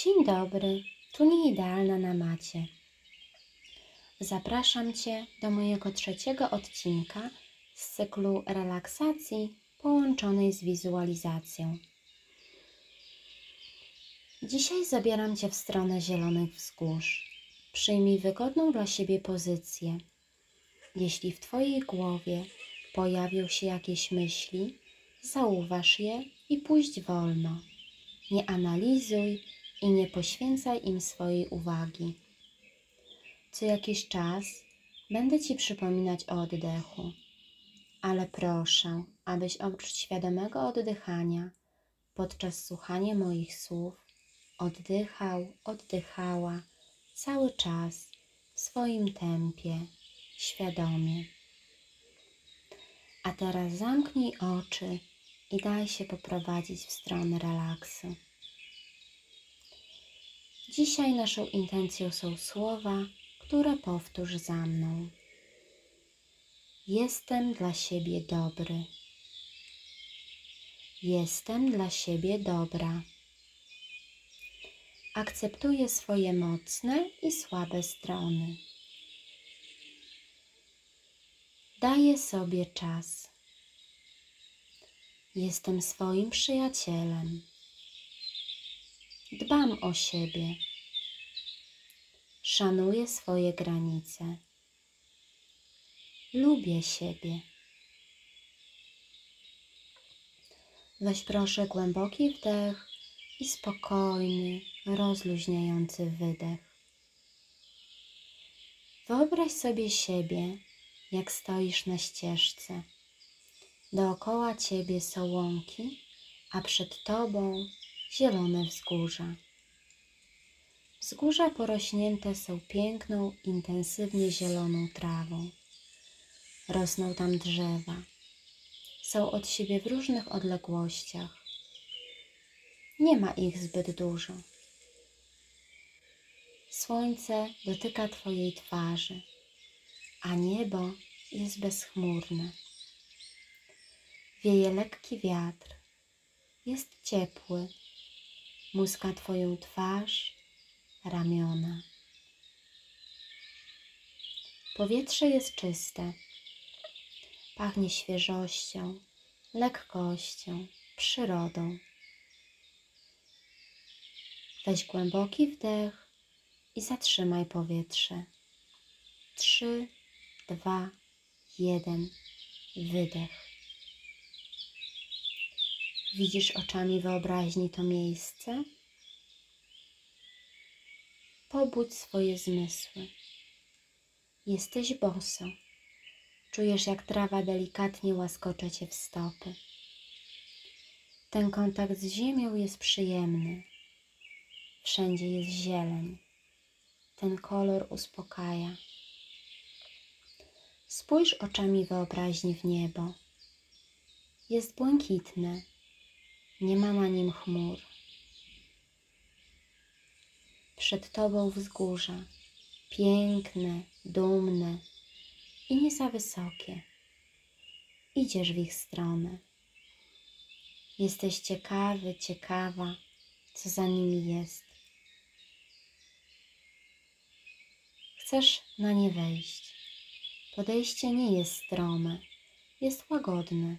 Dzień dobry, tu Nieidealna na macie. Zapraszam Cię do mojego 3. odcinka z cyklu relaksacji połączonej z wizualizacją. Dzisiaj zabieram Cię w stronę zielonych wzgórz. Przyjmij wygodną dla siebie pozycję. Jeśli w Twojej głowie pojawią się jakieś myśli, zauważ je i puść wolno. Nie analizuj i nie poświęcaj im swojej uwagi. Co jakiś czas będę Ci przypominać o oddechu, ale proszę, abyś oprócz świadomego oddychania podczas słuchania moich słów oddychała cały czas w swoim tempie, świadomie. A teraz zamknij oczy i daj się poprowadzić w stronę relaksu. Dzisiaj naszą intencją są słowa, które powtórz za mną. Jestem dla siebie dobry. Jestem dla siebie dobra. Akceptuję swoje mocne i słabe strony. Daję sobie czas. Jestem swoim przyjacielem. Dbam o siebie. Szanuję swoje granice. Lubię siebie. Weź proszę głęboki wdech i spokojny, rozluźniający wydech. Wyobraź sobie siebie, jak stoisz na ścieżce. Dookoła Ciebie są łąki, a przed Tobą zielone wzgórza. Wzgórza porośnięte są piękną, intensywnie zieloną trawą. Rosną tam drzewa. Są od siebie w różnych odległościach. Nie ma ich zbyt dużo. Słońce dotyka Twojej twarzy, a niebo jest bezchmurne. Wieje lekki wiatr, jest ciepły, muska Twoją twarz, ramiona. Powietrze jest czyste, pachnie świeżością, lekkością, przyrodą. Weź głęboki wdech i zatrzymaj powietrze. 3, 2, 1, wydech. Widzisz oczami wyobraźni to miejsce? Pobudź swoje zmysły. Jesteś boso. Czujesz, jak trawa delikatnie łaskocze Cię w stopy. Ten kontakt z ziemią jest przyjemny. Wszędzie jest zieleń. Ten kolor uspokaja. Spójrz oczami wyobraźni w niebo. Jest błękitne. Nie ma na nim chmur. Przed Tobą wzgórza. Piękne, dumne i nie za wysokie. Idziesz w ich stronę. Jesteś ciekawy, ciekawa, co za nimi jest. Chcesz na nie wejść. Podejście nie jest strome, jest łagodne.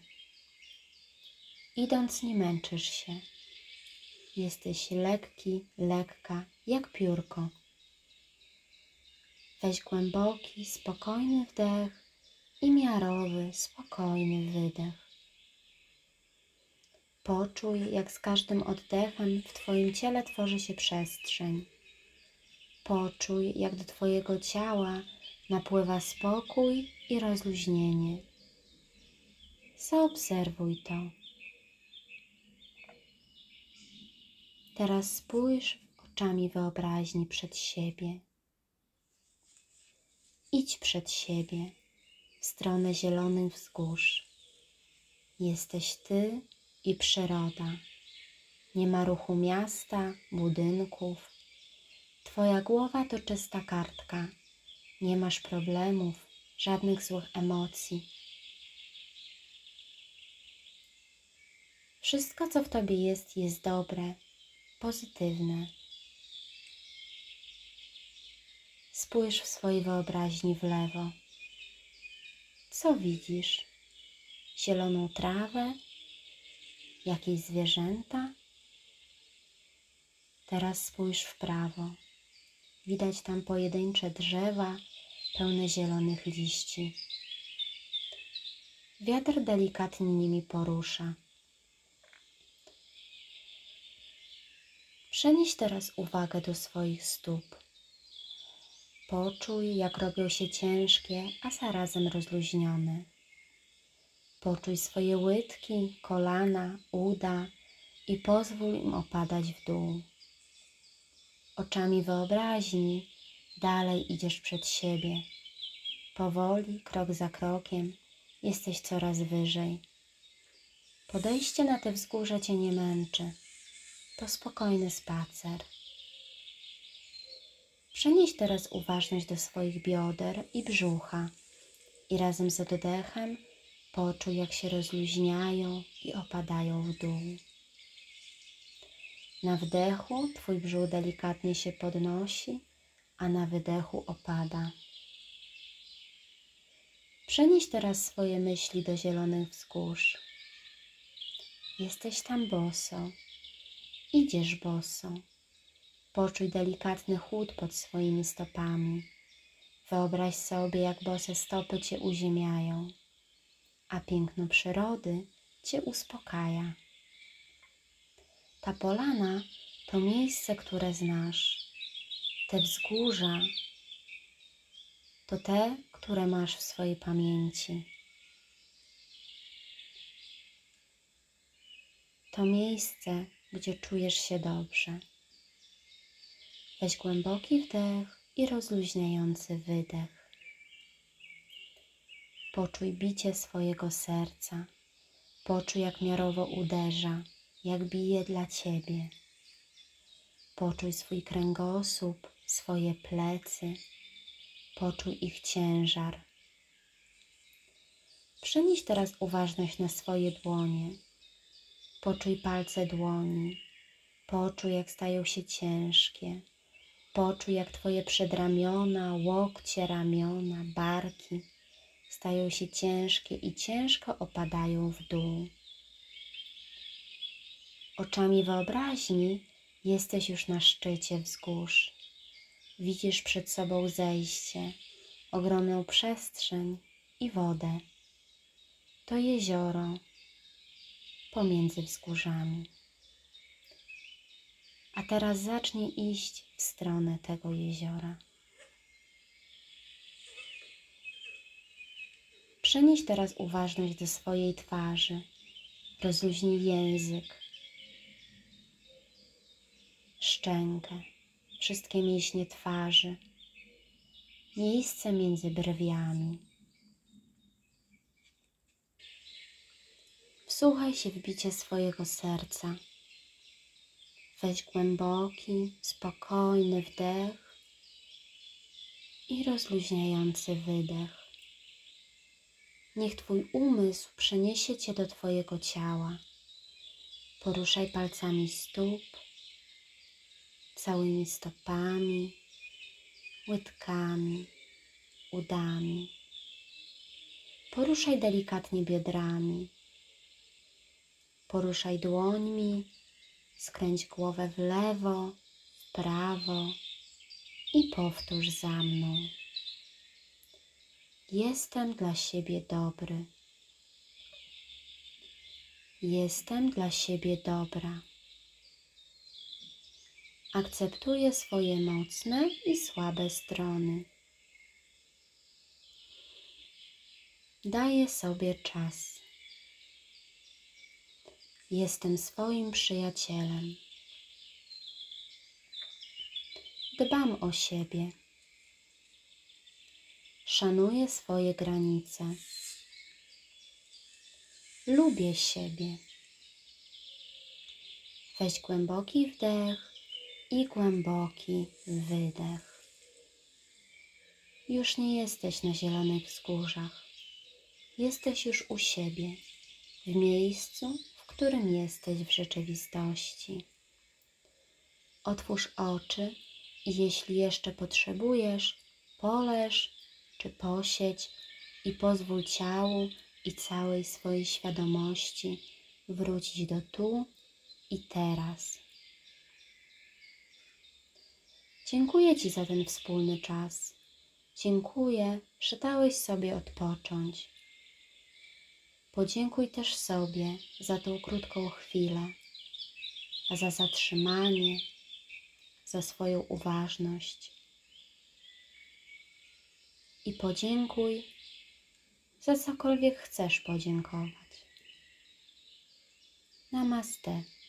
Idąc nie męczysz się. Jesteś lekki, lekka, jak piórko. Weź głęboki, spokojny wdech i miarowy, spokojny wydech. Poczuj, jak z każdym oddechem w Twoim ciele tworzy się przestrzeń. Poczuj, jak do Twojego ciała napływa spokój i rozluźnienie. Zaobserwuj to. Teraz spójrz oczami wyobraźni przed siebie. Idź przed siebie w stronę zielonych wzgórz. Jesteś Ty i przyroda. Nie ma ruchu miasta, budynków. Twoja głowa to czysta kartka. Nie masz problemów, żadnych złych emocji. Wszystko, co w Tobie jest dobre, pozytywne. Spójrz w swojej wyobraźni w lewo. Co widzisz? Zieloną trawę? Jakieś zwierzęta? Teraz spójrz w prawo. Widać tam pojedyncze drzewa pełne zielonych liści. Wiatr delikatnie nimi porusza. Przenieś teraz uwagę do swoich stóp. Poczuj, jak robią się ciężkie, a zarazem rozluźnione. Poczuj swoje łydki, kolana, uda i pozwól im opadać w dół. Oczami wyobraźni dalej idziesz przed siebie. Powoli, krok za krokiem, jesteś coraz wyżej. Podejście na te wzgórze Cię nie męczy. To spokojny spacer. Przenieś teraz uważność do swoich bioder i brzucha i razem z oddechem poczuj, jak się rozluźniają i opadają w dół. Na wdechu Twój brzuch delikatnie się podnosi, a na wydechu opada. Przenieś teraz swoje myśli do zielonych wzgórz. Jesteś tam boso. Idziesz boso. Poczuj delikatny chłód pod swoimi stopami. Wyobraź sobie, jak bose stopy Cię uziemiają, a piękno przyrody Cię uspokaja. Ta polana to miejsce, które znasz. Te wzgórza to te, które masz w swojej pamięci. To miejsce, gdzie czujesz się dobrze. Weź głęboki wdech i rozluźniający wydech. Poczuj bicie swojego serca. Poczuj, jak miarowo uderza, jak bije dla Ciebie. Poczuj swój kręgosłup, swoje plecy. Poczuj ich ciężar. Przenieś teraz uważność na swoje dłonie. Poczuj palce dłoni. Poczuj, jak stają się ciężkie. Poczuj, jak Twoje przedramiona, łokcie, ramiona, barki stają się ciężkie i ciężko opadają w dół. Oczami wyobraźni jesteś już na szczycie wzgórz. Widzisz przed sobą zejście, ogromną przestrzeń i wodę. To jezioro pomiędzy wzgórzami. A teraz zacznij iść w stronę tego jeziora. Przenieś teraz uważność do swojej twarzy. Rozluźnij język, szczękę, wszystkie mięśnie twarzy, miejsce między brwiami. Wsłuchaj się w bicie swojego serca. Weź głęboki, spokojny wdech i rozluźniający wydech. Niech Twój umysł przeniesie Cię do Twojego ciała. Poruszaj palcami stóp, całymi stopami, łydkami, udami. Poruszaj delikatnie biodrami. Poruszaj dłońmi, skręć głowę w lewo, w prawo i powtórz za mną. Jestem dla siebie dobry. Jestem dla siebie dobra. Akceptuję swoje mocne i słabe strony. Daję sobie czas. Jestem swoim przyjacielem. Dbam o siebie. Szanuję swoje granice. Lubię siebie. Weź głęboki wdech i głęboki wydech. Już nie jesteś na zielonych wzgórzach. Jesteś już u siebie, w miejscu, w którym jesteś w rzeczywistości. Otwórz oczy i jeśli jeszcze potrzebujesz, Poleż czy posiedź i pozwól ciału i całej swojej świadomości wrócić do tu i teraz. Dziękuję Ci za ten wspólny czas. Dziękuję, że dałeś sobie odpocząć. Podziękuj też sobie za tą krótką chwilę, za zatrzymanie, za swoją uważność. I podziękuj za cokolwiek chcesz podziękować. Namaste.